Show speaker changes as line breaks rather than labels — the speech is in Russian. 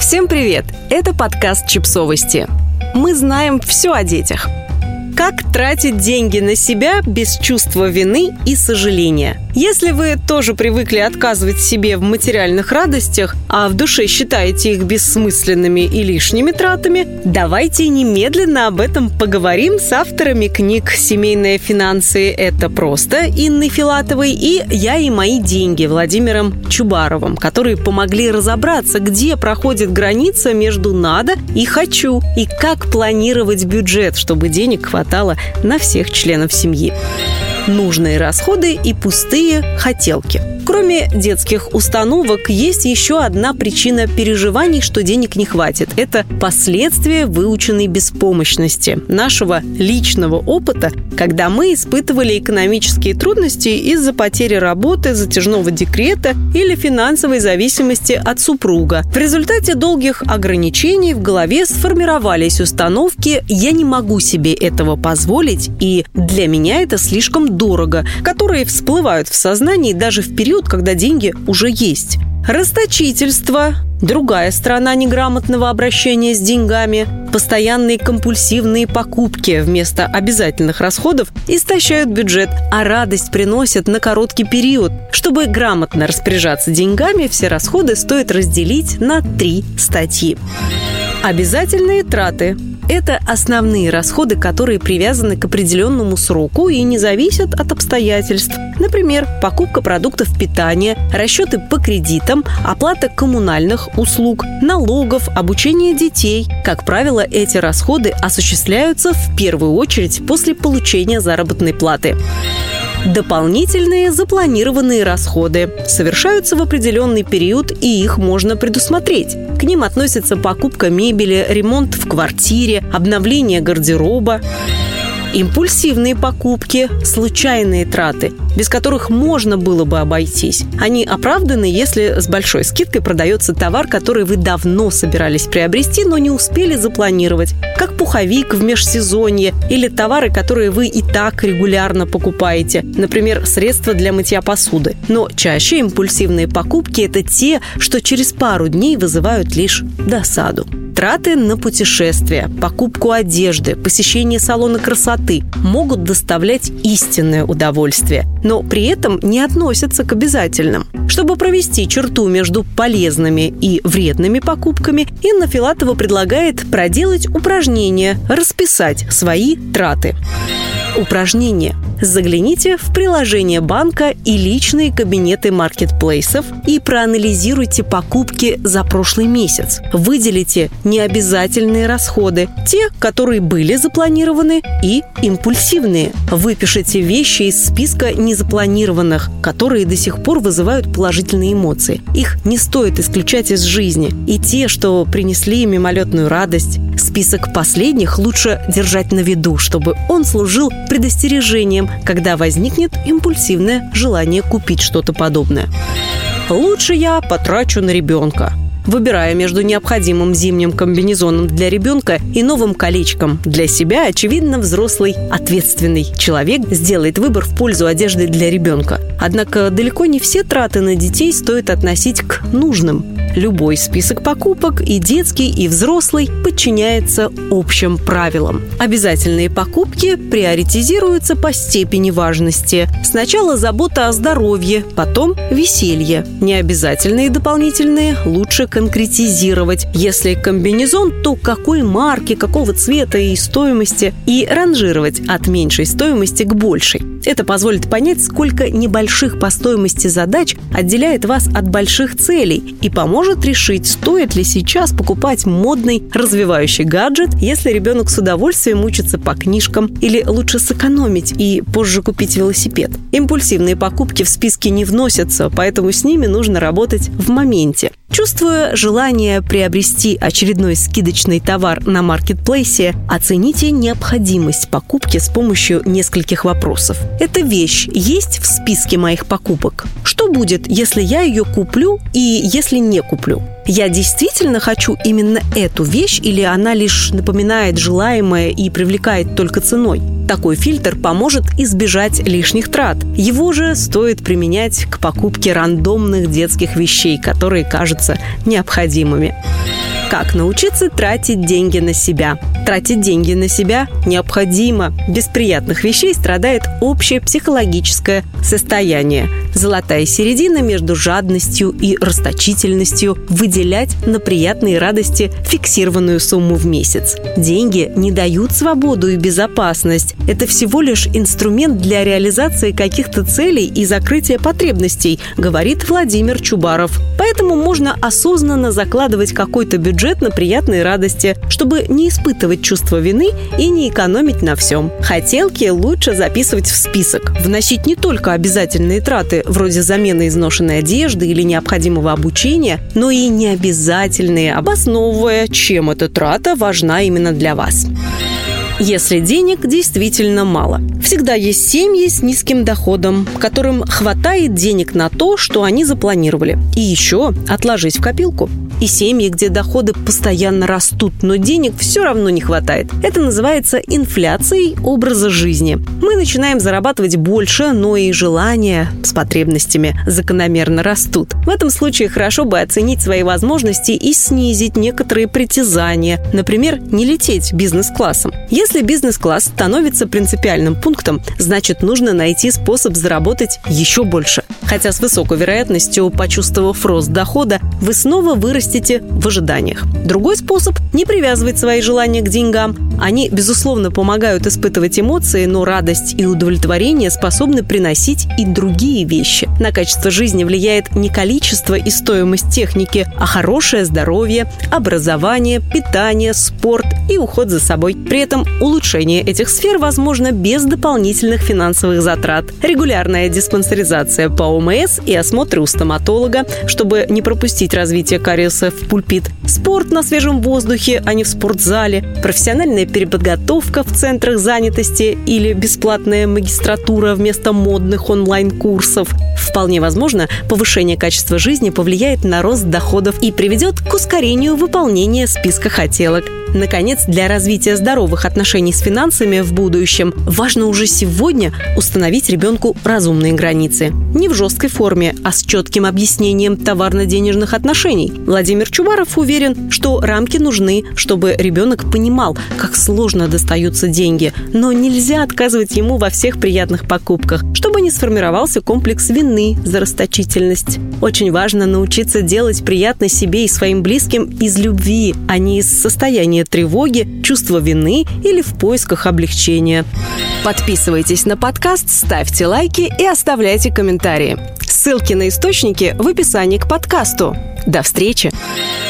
Всем привет! Это подкаст «Чипсовости». Мы знаем все о детях. Как тратить деньги на себя без чувства вины и сожаления? Если вы тоже привыкли отказывать себе в материальных радостях, а в душе считаете их бессмысленными и лишними тратами, давайте немедленно об этом поговорим с авторами книг «Семейные финансы. Это просто» Инной Филатовой и «Я и мои деньги» Владимиром Чубаровым, которые помогли разобраться, где проходит граница между «надо» и «хочу», и как планировать бюджет, чтобы денег хватало на всех членов семьи. Нужные расходы и пустые хотелки. Кроме детских установок, есть еще одна причина переживаний, что денег не хватит. Это последствия выученной беспомощности, нашего личного опыта, когда мы испытывали экономические трудности из-за потери работы, затяжного декрета или финансовой зависимости от супруга. В результате долгих ограничений в голове сформировались установки «я не могу себе этого позволить» и «для меня это слишком дорого», которые всплывают в сознании даже в период, когда деньги уже есть. Расточительство – другая сторона неграмотного обращения с деньгами. Постоянные компульсивные покупки вместо обязательных расходов истощают бюджет, а радость приносят на короткий период. Чтобы грамотно распоряжаться деньгами, все расходы стоит разделить на 3 статьи. Обязательные траты. Это основные расходы, которые привязаны к определенному сроку и не зависят от обстоятельств. Например, покупка продуктов питания, расчеты по кредитам, оплата коммунальных услуг, налогов, обучение детей. Как правило, эти расходы осуществляются в первую очередь после получения заработной платы. Дополнительные запланированные расходы совершаются в определенный период, и их можно предусмотреть. К ним относятся покупка мебели, ремонт в квартире, обновление гардероба. Импульсивные покупки – случайные траты, без которых можно было бы обойтись. Они оправданы, если с большой скидкой продается товар, который вы давно собирались приобрести, но не успели запланировать, как пуховик в межсезонье или товары, которые вы и так регулярно покупаете, например, средства для мытья посуды. Но чаще импульсивные покупки – это те, что через пару дней вызывают лишь досаду. Траты на путешествия, покупку одежды, посещение салона красоты могут доставлять истинное удовольствие, но при этом не относятся к обязательным. Чтобы провести черту между полезными и вредными покупками, Инна Филатова предлагает проделать упражнение, расписать свои траты. Упражнение. Загляните в приложение банка и личные кабинеты маркетплейсов и проанализируйте покупки за прошлый месяц. Выделите необязательные расходы, те, которые были запланированы, и импульсивные. Выпишите вещи из списка незапланированных, которые до сих пор вызывают положительные эмоции. Их не стоит исключать из жизни. И те, что принесли мимолетную радость. Список последних лучше держать на виду, чтобы он служил предостережением, когда возникнет импульсивное желание купить что-то подобное. Лучше я потрачу на ребенка. Выбирая между необходимым зимним комбинезоном для ребенка и новым колечком для себя, очевидно, взрослый, ответственный человек сделает выбор в пользу одежды для ребенка. Однако далеко не все траты на детей стоит относить к нужным. Любой список покупок, и детский, и взрослый, подчиняется общим правилам. Обязательные покупки приоритизируются по степени важности. Сначала забота о здоровье, потом веселье. Необязательные и дополнительные лучше конкретизировать. Если комбинезон, то какой марки, какого цвета и стоимости, и ранжировать от меньшей стоимости к большей. Это позволит понять, сколько небольших по стоимости задач отделяет вас от больших целей и поможет решить, стоит ли сейчас покупать модный развивающий гаджет, если ребенок с удовольствием учится по книжкам, или лучше сэкономить и позже купить велосипед. Импульсивные покупки в списке не вносятся, поэтому с ними нужно работать в моменте. Чувствуя желание приобрести очередной скидочный товар на маркетплейсе, оцените необходимость покупки с помощью нескольких вопросов. Эта вещь есть в списке моих покупок? Что будет, если я ее куплю и если не куплю? Я действительно хочу именно эту вещь или она лишь напоминает желаемое и привлекает только ценой? Такой фильтр поможет избежать лишних трат. Его же стоит применять к покупке рандомных детских вещей, которые кажутся необходимыми. Как научиться тратить деньги на себя? Тратить деньги на себя необходимо. Без приятных вещей страдает общее психологическое состояние. Золотая середина между жадностью и расточительностью – выделять на приятные радости фиксированную сумму в месяц. Деньги не дают свободу и безопасность. Это всего лишь инструмент для реализации каких-то целей и закрытия потребностей, говорит Владимир Чубаров. Поэтому можно осознанно закладывать какой-то бюджет на приятные радости, чтобы не испытывать чувство вины и не экономить на всем. Хотелки лучше записывать в список. Вносить не только обязательные траты, вроде замены изношенной одежды или необходимого обучения, но и необязательные, обосновывая, чем эта трата важна именно для вас. Если денег действительно мало. Всегда есть семьи с низким доходом, которым хватает денег на то, что они запланировали. И еще отложить в копилку. И семьи, где доходы постоянно растут, но денег все равно не хватает. Это называется инфляцией образа жизни. Мы начинаем зарабатывать больше, но и желания с потребностями закономерно растут. В этом случае хорошо бы оценить свои возможности и снизить некоторые притязания. Например, не лететь бизнес-классом. Если бизнес-класс становится принципиальным пунктом, значит, нужно найти способ заработать еще больше. Хотя с высокой вероятностью, почувствовав рост дохода, вы снова вырастете в ожиданиях. Другой способ – не привязывать свои желания к деньгам. Они, безусловно, помогают испытывать эмоции, но радость и удовлетворение способны приносить и другие вещи. На качество жизни влияет не количество и стоимость техники, а хорошее здоровье, образование, питание, спорт и уход за собой. При этом улучшение этих сфер возможно без дополнительных финансовых затрат. Регулярная диспансеризация по ОМС и осмотры у стоматолога, чтобы не пропустить развитие кариеса в пульпит. Спорт на свежем воздухе, а не в спортзале. Профессиональная переподготовка в центрах занятости или бесплатная магистратура вместо модных онлайн-курсов. Вполне возможно, повышение качества жизни повлияет на рост доходов и приведет к ускорению выполнения списка хотелок. Наконец, для развития здоровых отношений с финансами в будущем важно уже сегодня установить ребенку разумные границы. Не в жесткой форме, а с четким объяснением товарно-денежных отношений. Владимир Чубаров уверен, что рамки нужны, чтобы ребенок понимал, как сложно достаются деньги, но нельзя отказывать ему во всех приятных покупках, чтобы не сформировался комплекс вины за расточительность. Очень важно научиться делать приятно себе и своим близким из любви, а не из состояния тревоги, чувства вины или в поисках облегчения. Подписывайтесь на подкаст, ставьте лайки и оставляйте комментарии. Ссылки на источники в описании к подкасту. До встречи!